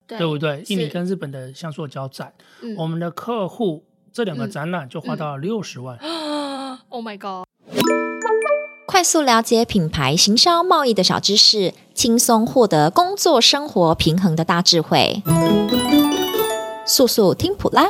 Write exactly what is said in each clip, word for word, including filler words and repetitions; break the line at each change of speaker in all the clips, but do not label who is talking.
对，
对不对？印尼跟日本的橡塑胶展、嗯、我们的客户这两个展览就花到了六十万、
嗯、Oh my god，
快速了解品牌行销贸易的小知识，轻松获得工作生活平衡的大智慧。速速听普拉，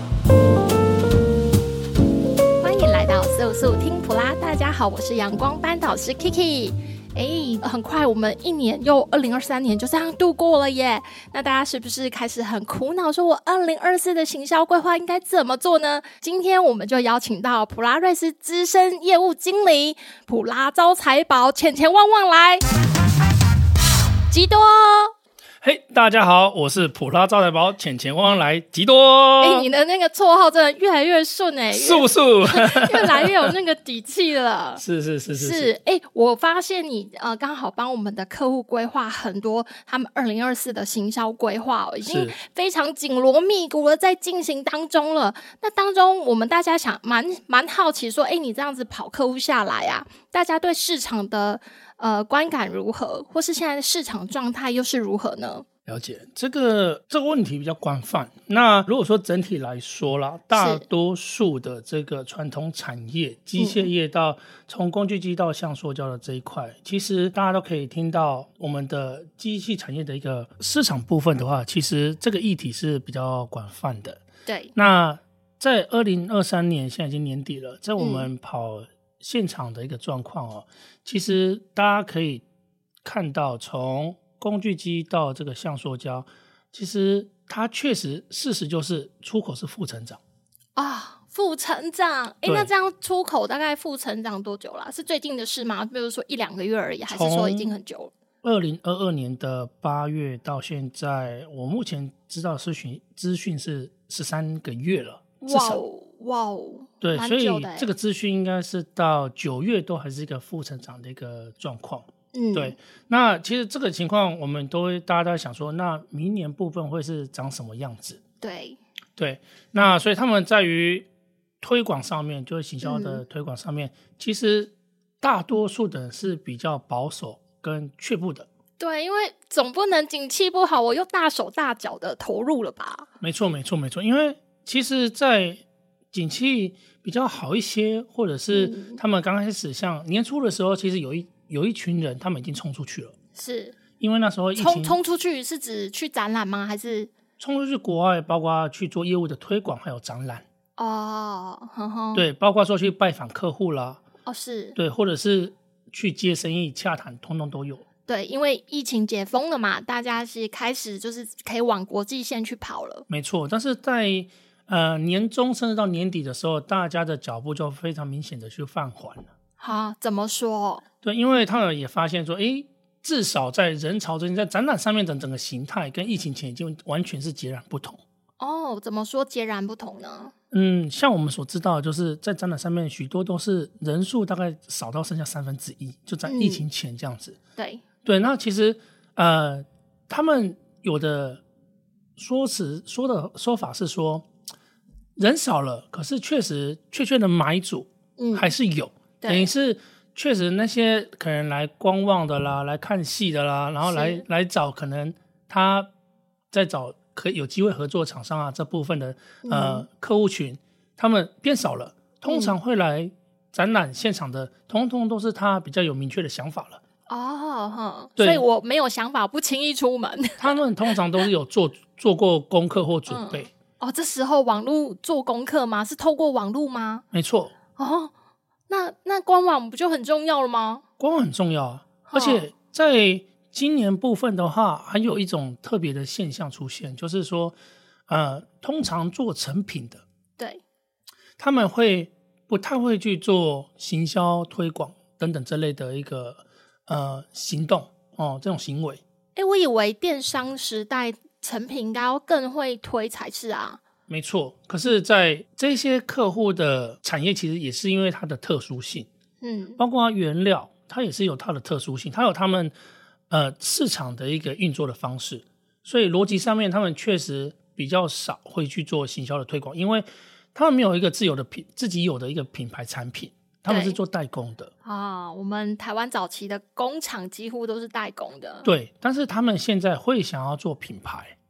欢迎来到速速听普拉。大家好，我是阳光班导师 Kiki。哎，很快我们一年又二零二三年就这样度过了耶。那大家是不是开始很苦恼，说我二零二四的行销规划应该怎么做呢？今天我们就邀请到普拉瑞斯资深业务经理普拉招财宝钱钱旺旺来。吉多，
嘿、hey, 大家好，我是普拉招财宝钱钱旺旺来吉多。
哎，你的那个绰号真的越来越顺哎，
是不是
越来越有那个底气了？
是是是是
是。哎，我发现你呃刚好帮我们的客户规划很多他们二零二四的行销规划、哦，已经非常紧锣密鼓的在进行当中了。那当中我们大家想蛮蛮好奇说，哎，你这样子跑客户下来啊，大家对市场的呃观感如何，或是现在的市场状态又是如何呢？
了解，这个这个问题比较广泛。那如果说整体来说啦，大多数的这个传统产业，机械业到从工具机到橡塑胶的这一块、嗯，其实大家都可以听到我们的机器产业的一个市场部分的话，其实这个议题是比较广泛的。
对。那
在二零二三年，现在已经年底了，在我们跑现场的一个状况哦、嗯，其实大家可以看到从工具机到这个橡塑胶，其实它确实事实就是出口是负成长
啊，负成长。哎，那这样出口大概负成长多久了？是最近的事吗？比如说一两个月而已，还是说已经很久了？
二零二二年的八月到现在，我目前知道的资讯资讯是十三个月了。
哇哦哇哦，
对，所以这个资讯应该是到九月都还是一个负成长的一个状况。嗯，对，那其实这个情况我们都会大家都在想说，那明年部分会是长什么样子？
对
对，那所以他们在于推广上面，就是行销的推广上面、嗯、其实大多数的人是比较保守跟却步的。
对，因为总不能景气不好我又大手大脚的投入了吧？
没错没错没错，因为其实在景气比较好一些，或者是他们刚开始像年初的时候，其实有一有一群人他们已经冲出去了。
是
因为那时候疫情
冲冲出去是指去展览吗？还是
冲出去国外，包括去做业务的推广还有展览
哦，呵呵，
对，包括说去拜访客户啦，
哦是，
对，或者是去接生意洽谈，通通都有。
对，因为疫情解封了嘛，大家是开始就是可以往国际线去跑了。
没错，但是在呃年中甚至到年底的时候，大家的脚步就非常明显的去放缓了。
好，怎么说？
对，因为他们也发现说，诶，至少在人潮之间，在展览上面的整个形态跟疫情前已经完全是截然不同。
哦，怎么说截然不同呢？
嗯，像我们所知道的，就是在展览上面许多都是人数大概少到剩下三分之一，就在疫情前这样子。
嗯、对
对，那其实呃，他们有的说辞说的说法是说，人少了，可是确实确切的买主还是有。嗯，等于是确实那些可能来观望的啦，来看戏的啦，然后来来找可能他在找可有机会合作的厂商啊，这部分的呃、嗯、客户群，他们变少了。通常会来展览现场的，通通都是他比较有明确的想法了。
哦，哼，所以我没有想法，不轻易出门。
他们通常都是有做做过功课或准备。
嗯、哦，这时候网络做功课吗？是透过网络吗？
没错。
哦。那那官网不就很重要了吗？
官网很重要啊，而且在今年部分的话，还有一种特别的现象出现，就是说，呃，通常做成品的，
对，
他们会不太会去做行销推广等等这类的一个呃行动哦，这种行为。
哎，我以为电商时代成品应该要更会推才是啊。
没错，可是在这些客户的产业其实也是因为它的特殊性，嗯，包括原料它也是有它的特殊性，它有他们呃市场的一个运作的方式，所以逻辑上面他们确实比较少会去做行销的推广，因为他们没有一个自有的品自己有的一个品牌产品，他们是做代工的
啊。我们台湾早期的工厂几乎都是代工的，
对，但是他们现在会想要做品牌。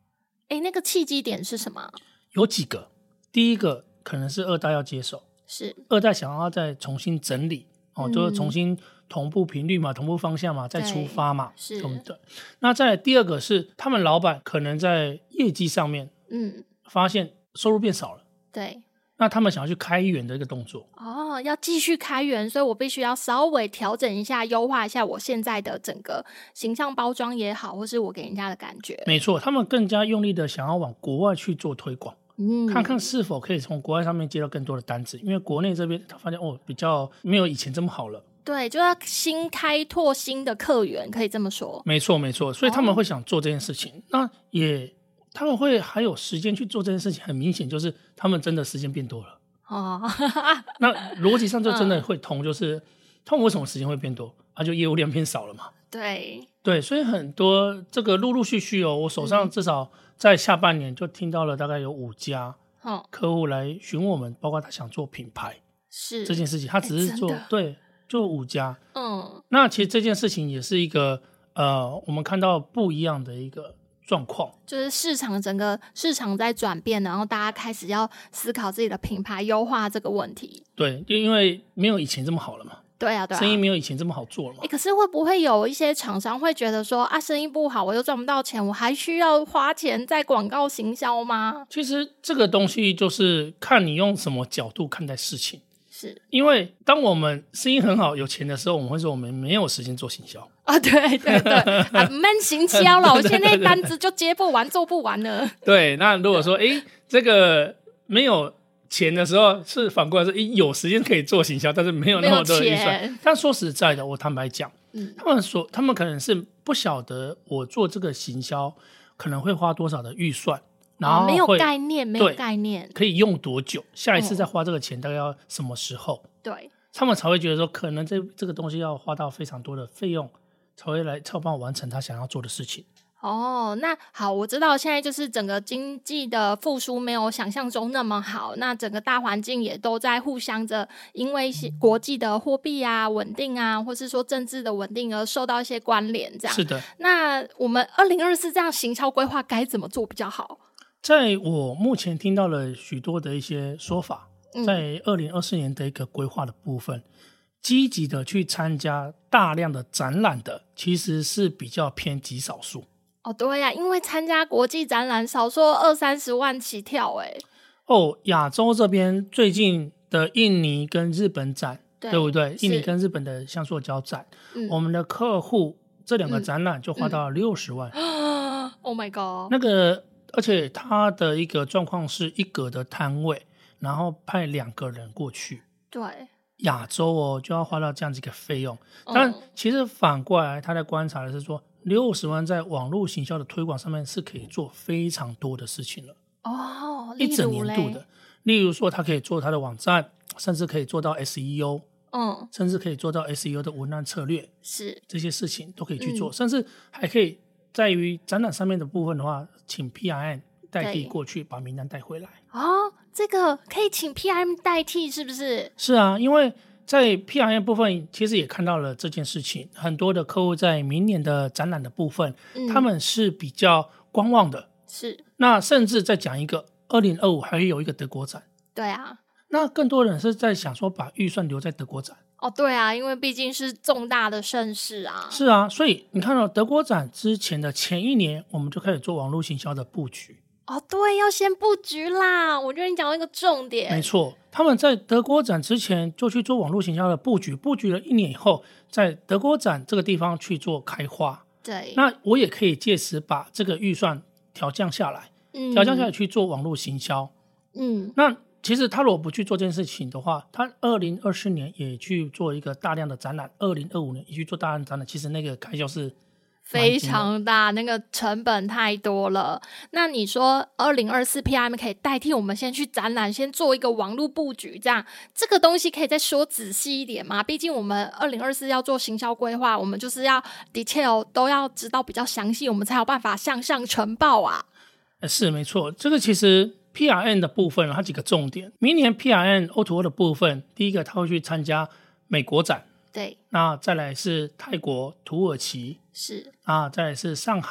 哎，那个契机点是什么？
有几个，第一个可能是二代要接手，
是
二代想要再重新整理哦，就是重新同步频率嘛，同步方向嘛，再出发嘛，
是
对不对？那再来第二个是他们老板可能在业绩上面，嗯，发现收入变少了，
对。
那他们想要去开源的一个动作
哦，要继续开源，所以我必须要稍微调整一下，优化一下我现在的整个形象包装也好，或是我给人家的感觉。
没错，他们更加用力的想要往国外去做推广，嗯，看看是否可以从国外上面接到更多的单子，因为国内这边他发现哦，比较没有以前这么好了。
对，就要新开拓新的客源，可以这么说。
没错，没错，所以他们会想做这件事情，哦、那也。他们会还有时间去做这件事情，很明显就是他们真的时间变多了哦。那逻辑上就真的会通，就是、嗯、他们为什么时间会变多？啊，就业务量变少了嘛。
对
对，所以很多这个陆陆续续哦，我手上至少在下半年就听到了大概有五家客户来询问我们，包括他想做品牌是这件事情，他只是做、欸、对，就五家。嗯，那其实这件事情也是一个呃，我们看到不一样的一个。状况
就是市场整个市场在转变，然后大家开始要思考自己的品牌优化这个问题。
对，因为没有以前这么好了嘛。
对啊，对啊，
生意没有以前这么好做了嘛。
欸、可是会不会有一些厂商会觉得说啊，生意不好，我又赚不到钱，我还需要花钱在广告行销吗？
其实这个东西就是看你用什么角度看待事情。
是
因为当我们生意很好有钱的时候，我们会说我们没有时间做行销
啊，对对对啊，慢行销了，我现在单子就接不完做不完了。
对，那如果说哎，这个没有钱的时候，是反过来说有时间可以做行销，但是没有那么多的预算。但说实在的，我坦白讲，嗯，他们说他们可能是不晓得我做这个行销可能会花多少的预算。然后、
哦、没有概念，没有概念，
可以用多久？下一次再花这个钱，大概要什么时候？
对，
他们才会觉得说，可能这这个东西要花到非常多的费用，才会来才有办法完成他想要做的事情。
哦，那好，我知道现在就是整个经济的复苏没有想象中那么好，那整个大环境也都在互相着，因为国际的货币啊稳定啊，或是说政治的稳定而受到一些关联，这样
是的。
那我们二零二四这样行销规划该怎么做比较好？
在我目前听到了许多的一些说法，在二零二四年的一个规划的部分，积极的去参加大量的展览的，其实是比较偏极少数。
哦，对呀、啊，因为参加国际展览，少说二三十万起跳哎。
哦，亚洲这边最近的印尼跟日本展， 对, 对不对？印尼跟日本的橡塑胶展、嗯，我们的客户这两个展览就花到了六十万、
嗯嗯。Oh my god！
那个。而且他的一个状况是一格的摊位，然后派两个人过去。
对，
亚洲哦就要花到这样子一个费用。但其实反过来，他在观察的是说，六十万在网络行销的推广上面是可以做非常多的事情了。
哦，
一整年度的，例如说，他可以做他的网站，甚至可以做到 S E O， 嗯，甚至可以做到 S E O 的文案策略，
是
这些事情都可以去做，嗯、甚至还可以。在于展览上面的部分的话，请 P R M 代替过去把名单带回来。
哦，这个可以请 P R M 代替是不是？
是啊，因为在 P R M 部分其实也看到了这件事情，很多的客户在明年的展览的部分、嗯、他们是比较观望的。
是，
那甚至再讲一个二零二五还有一个德国展。
对啊，
那更多人是在想说把预算留在德国展。
哦，对啊，因为毕竟是重大的盛事啊。
是啊，所以你看到、哦、德国展之前的前一年，我们就开始做网络行销的布局。
哦，对，要先布局啦。我觉得你讲到一个重点。
没错，他们在德国展之前就去做网络行销的布局，布局了一年以后，在德国展这个地方去做开花。
对，
那我也可以借此把这个预算调降下来，嗯，调降下来去做网络行销。嗯，那。其实他如果不去做这件事情的话，他二零二四年也去做一个大量的展览，二零二五年也去做大量的展览，其实那个开销是
非常大，那个成本太多了。那你说二零二四 P R M 可以代替我们先去展览，先做一个网络布局，这样这个东西可以再说仔细一点吗？毕竟我们二零二四要做行销规划，我们就是要 detail 都要知道比较详细，我们才有办法向上呈报啊。
是没错，这个其实P R M 的部分它几个重点，明年 P R M O to O 的部分，第一个他会去参加美国展，
对，
那再来是泰国、土耳其，
是，
啊，再来是上海，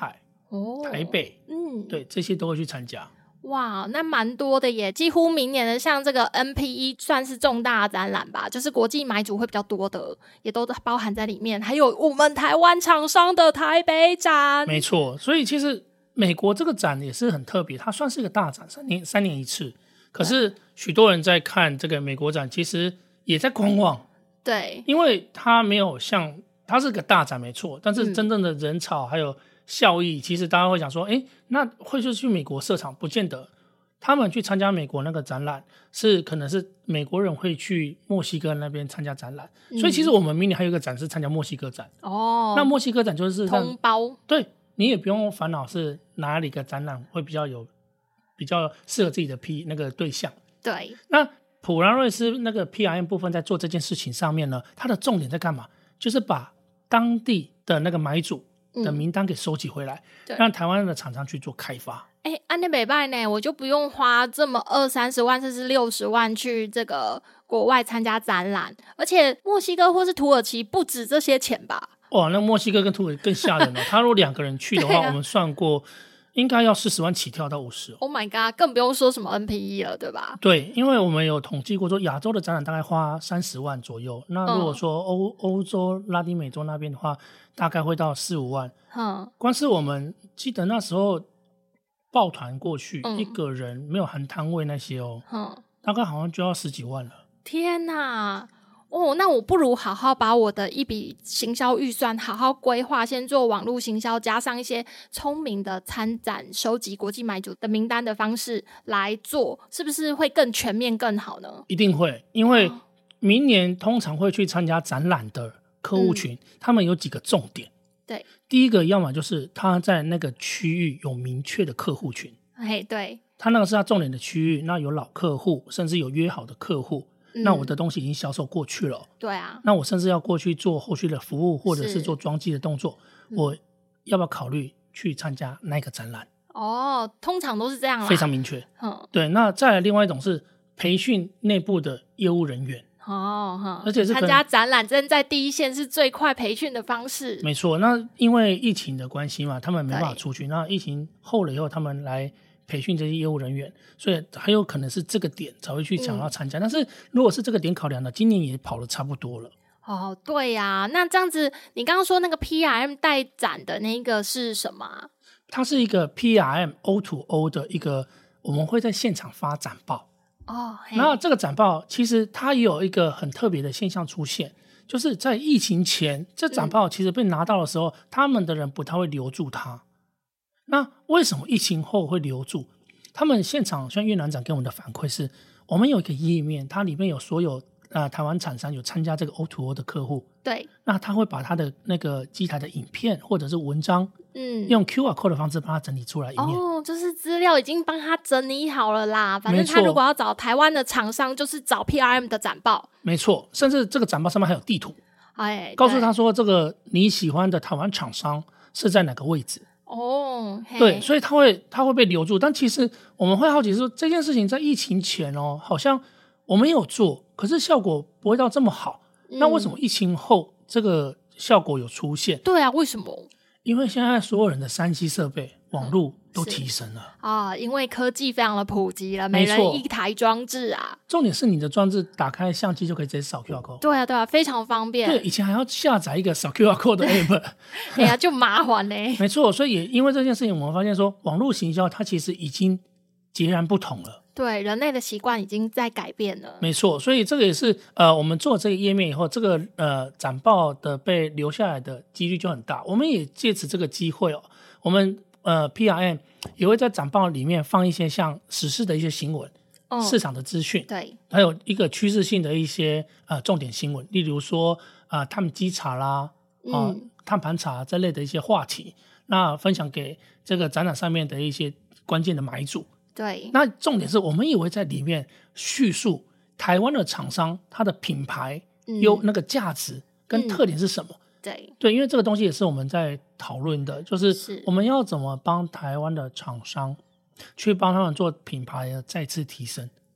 哦、台北，嗯，对，这些都会去参加。
哇，那蛮多的耶！几乎明年的像这个 N P E 算是重大展览吧，就是国际买主会比较多的，也都包含在里面。还有我们台湾厂商的台北展，
没错。所以其实美国这个展也是很特别，它算是一个大展，三年三年一次。可是许多人在看这个美国展，其实也在观望。
对，
因为它没有像它是个大展没错，但是真正的人潮还有效益，嗯、其实大家会想说，哎，那会是去美国设厂？不见得。他们去参加美国那个展览，是可能是美国人会去墨西哥那边参加展览，嗯、所以其实我们明年还有一个展是参加墨西哥展。哦，那墨西哥展就是
通包，
对，你也不用烦恼是哪里个展览会比较有比较适合自己的 P 那个对象。
对，
那普拉瑞斯那个 P R M 部分在做这件事情上面呢，它的重点在干嘛？就是把当地的那个买主的名单给收集回来，嗯、让台湾的厂商去做开发。
哎，安内北拜呢，我就不用花这么二三十万甚至六十万去这个国外参加展览，而且墨西哥或是土耳其不止这些钱吧？
哇，那墨西哥跟土耳其更吓人了。他如果两个人去的话，啊、我们算过。应该要四十万起跳到五十、哦。
Oh my god， 更不用说什么 N P E 了，对吧？
对，因为我们有统计过说，亚洲的展览大概花三十万左右。那如果说欧、嗯、欧洲、拉丁美洲那边的话，大概会到四五万。嗯，光是我们记得那时候抱团过去，嗯、一个人没有含摊位那些哦，嗯，大概好像就要十几万了。
天哪！哦，那我不如好好把我的一笔行销预算好好规划，先做网络行销，加上一些聪明的参展收集国际买主的名单的方式来做，是不是会更全面更好呢？
一定会，因为明年通常会去参加展览的客户群、嗯、他们有几个重点。
对，
第一个要么就是他在那个区域有明确的客户群，
嘿，对，
他那个是他重点的区域，那有老客户甚至有约好的客户，那我的东西已经销售过去了，
对啊，
那我甚至要过去做后续的服务或者是做装机的动作，我要不要考虑去参加那个展览？
哦，通常都是这样啦，
非常明确。嗯，对。那再来另外一种是培训内部的业务人员。哦，而且是
参加展览真在第一线是最快培训的方式。
没错，那因为疫情的关系嘛，他们没办法出去，那疫情后了以后他们来培训这些业务人员，所以很有可能是这个点才会去想要参加、嗯、但是如果是这个点考量的，今年也跑得差不多了。
哦，对呀、啊，那这样子你刚刚说那个 P R M 带展的那个是什么？
它是一个 P R M O to O 的一个，我们会在现场发展报哦。那这个展报其实它也有一个很特别的现象出现，就是在疫情前这展报其实被拿到的时候、嗯、他们的人不太会留住它。那为什么疫情后会留住？他们现场像越南展给我们的反馈是，我们有一个页面，它里面有所有、呃、台湾厂商有参加这个 O to O 的客户，
对，
那他会把他的那个机台的影片或者是文章，嗯，用 Q R code 的方式帮他整理出来一面。
哦，就是资料已经帮他整理好了啦。反正他如果要找台湾的厂商，就是找 P R M 的展报。没
错，甚至这个展报上面还有地图，哎，告诉他说这个你喜欢的台湾厂商是在哪个位置。哦，对，所以他会他会被留住。但其实我们会好奇说，这件事情在疫情前哦，好像我们也有做，可是效果不会到这么好。嗯、那为什么疫情后这个效果有出现？
对啊，为什么？
因为现在所有人的 三 C 设备、网络都提升了
啊，因为科技非常的普及了，每人一台装置啊。
重点是你的装置打开相机就可以直接扫 Q R code。
对啊，对啊，非常方便。
对，以前还要下载一个扫 Q R code 的 app，
哎呀，就麻烦嘞。
没错，所以也因为这件事情，我们发现说，网络行销它其实已经截然不同了。
对，人类的习惯已经在改变了。
没错，所以这个也是呃，我们做这个页面以后，这个呃展报的被留下来的几率就很大。我们也借此这个机会哦，我们呃 P R M 也会在展报里面放一些像时事的一些新闻、哦、市场的资讯，
对，
还有一个趋势性的一些呃重点新闻，例如说呃碳基茶啦、呃、嗯，碳盘查这类的一些话题，那分享给这个展览上面的一些关键的买主。
对，
那重点是我们也会在里面叙述台湾的厂商它的品牌有那个价值跟特点是什么、嗯、
对
对，因为这个东西也是我们在讨论的，就是我们要怎么帮台湾的厂商去帮他们做品牌的再次提升。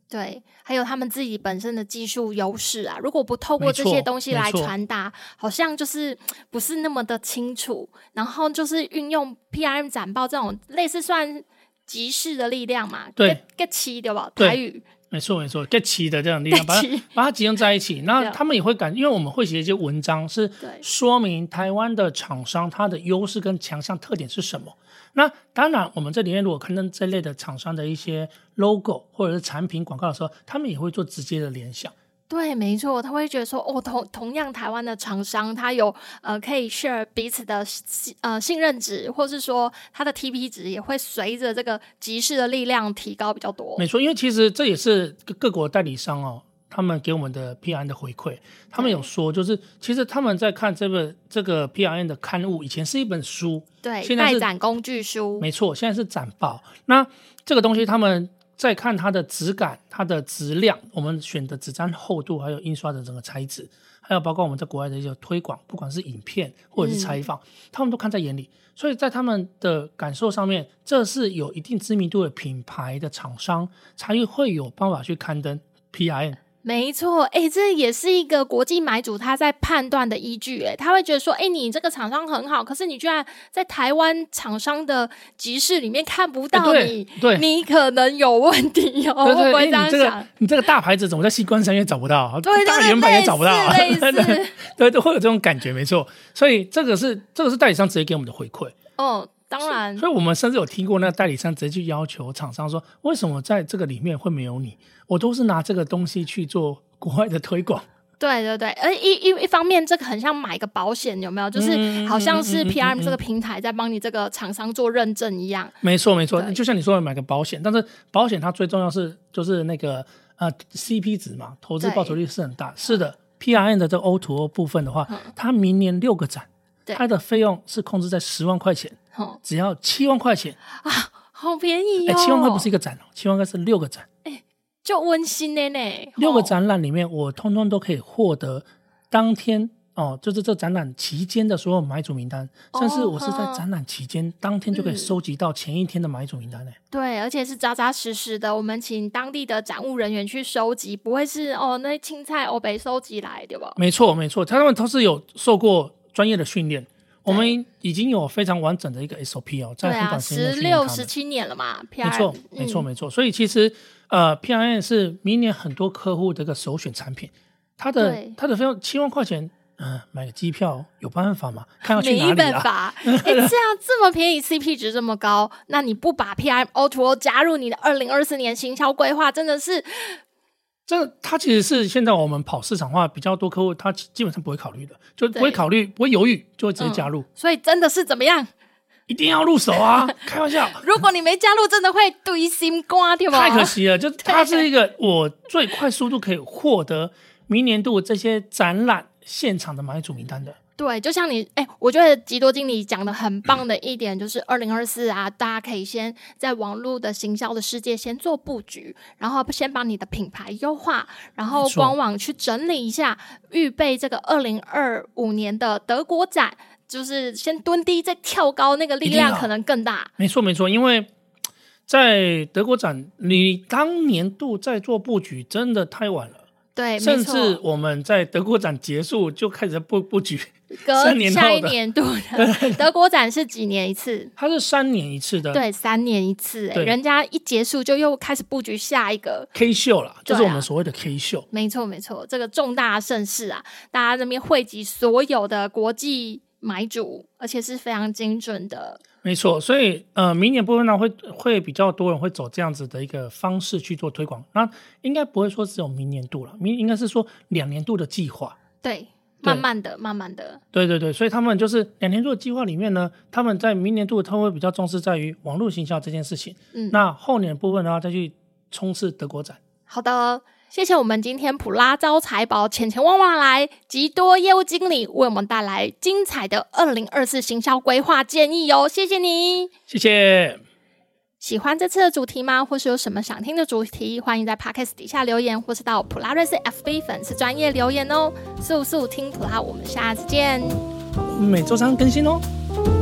对，还有他们自己本身的技术优势啊，如果不透过这些东西来传达，好像就是不是那么的清楚。然后就是运用 P R M 展报这种类似算即时的力量嘛，
对
，get 齐对吧？台语。
没错没错 ，get 齐的这样力量，把它把它集中在一起。那他们也会感，因为我们会写一些文章，是说明台湾的厂商它的优势跟强项特点是什么。那当然，我们这里面如果刊登这类的厂商的一些 logo 或者是产品广告的时候，他们也会做直接的联想。
对，没错，他会觉得说，哦，同同样台湾的厂商，他有呃可以 share 彼此的呃信任值，或是说他的 T P 值也会随着这个即时的力量提高比较多。
没错，因为其实这也是各国代理商哦，他们给我们的 P R N 的回馈，他们有说，就是其实他们在看这个这个 P R N 的刊物，以前是一本书，
对，待展工具书，
没错，现在是展报。那这个东西他们再看它的质感、它的质量，我们选的纸张厚度，还有印刷的整个材质，还有包括我们在国外的一些推广，不管是影片或者是采访、嗯，他们都看在眼里。所以在他们的感受上面，这是有一定知名度的品牌的厂商才会有办法去刊登 P R N。
没错，哎，这也是一个国际买主他在判断的依据，哎，他会觉得说，哎，你这个厂商很好，可是你居然在台湾厂商的集市里面看不到你，
对，
你可能有问题哦，
对对，
会不会这样想？
你这个你这个大牌子怎么在西关山也找不到，
对对对，
大圆牌也找不到，
类似，类似
对对，会有这种感觉，没错。所以这个是这个是代理商直接给我们的回馈，
哦。当然，
所以我们甚至有听过那个代理商直接去要求厂商说，为什么在这个里面会没有你？我都是拿这个东西去做国外的推广。
对对对，而一一一方面，这个很像买个保险，有没有？就是好像是 P R M 这个平台在帮你这个厂商做认证一样。没
错没错，就像你说的买个保险，但是保险它最重要是就是那个呃 C P 值嘛，投资报酬率是很大。是的 ，P R M 的这个 O to O 部分的话，嗯、它明年六个展，它的费用是控制在十万块钱。只要七万块钱
啊，好便宜哦！
七万块不是一个展哦，七万块是六个展，
哎，就温馨的呢。
六个展览里面，我通通都可以获得当天哦，就是这展览期间的所有买主名单，哦、甚至我是在展览期间、嗯、当天就可以收集到前一天的买主名单呢。
对，而且是扎扎实实的，我们请当地的展务人员去收集，不会是哦那青菜欧北收集来，对吧？
没错，没错，他们都是有受过专业的训练。我们已经有非常完整的一个 S O P 哦，在很短时间内
十六、十七年了嘛 ，P R M
没错，没错，没错。所以其实呃 ，P R M 是明年很多客户的一个首选产品，它的它的费用七万块钱，嗯、呃，买个机票有办法吗？看要去哪里啊？
没办法，哎、欸，这样这么便宜 ，C P 值这么高，那你不把 P R M O to O 加入你的二零二四年行销规划，真的是。
这它其实是现在我们跑市场化比较多客户，他基本上不会考虑的，就不会考虑，不会犹豫，就会直接加入。嗯、
所以真的是怎么样？
一定要入手啊！开玩笑，
如果你没加入，真的会堆心瓜对吗？
太可惜了，就它是一个我最快速度可以获得明年度这些展览现场的买主名单的。
对，就像你，哎，我觉得吉多经理讲的很棒的一点就是二零二四啊，大家可以先在网络的行销的世界先做布局，然后先把你的品牌优化，然后官网去整理一下，预备这个二零二五年的德国展，就是先蹲低再跳高，那个力量可能更大。
没错没错，因为在德国展，你当年度在做布局真的太晚了。
对，
甚至我们在德国展结束就开始布布局，
隔下一年度的德国展是几年一次？
它是三年一次的，
对，三年一次、欸。人家一结束就又开始布局下一个
K 秀啦，就是我们所谓的 K 秀。啊、
没错，没错，这个重大盛事啊，大家这边汇集所有的国际买主，而且是非常精准的。
没错，所以呃，明年部分呢会会比较多人会走这样子的一个方式去做推广。那应该不会说只有明年度了，明应该是说两年度的计划。
对，慢慢的，慢慢的。
对对对，所以他们就是两年度的计划里面呢，他们在明年度他会比较重视在于网络行销这件事情。嗯，那后年的部分的话，再去冲刺德国展。
好的。谢谢我们今天普拉招财宝钱钱旺旺来吉多业务经理为我们带来精彩的二零二四行销规划建议哦，谢谢你，
谢谢。
喜欢这次的主题吗？或是有什么想听的主题？欢迎在 Podcast 底下留言，或是到普拉瑞斯 F B 粉丝专页留言哦。速速听普拉，我们下次见。
每周三更新哦。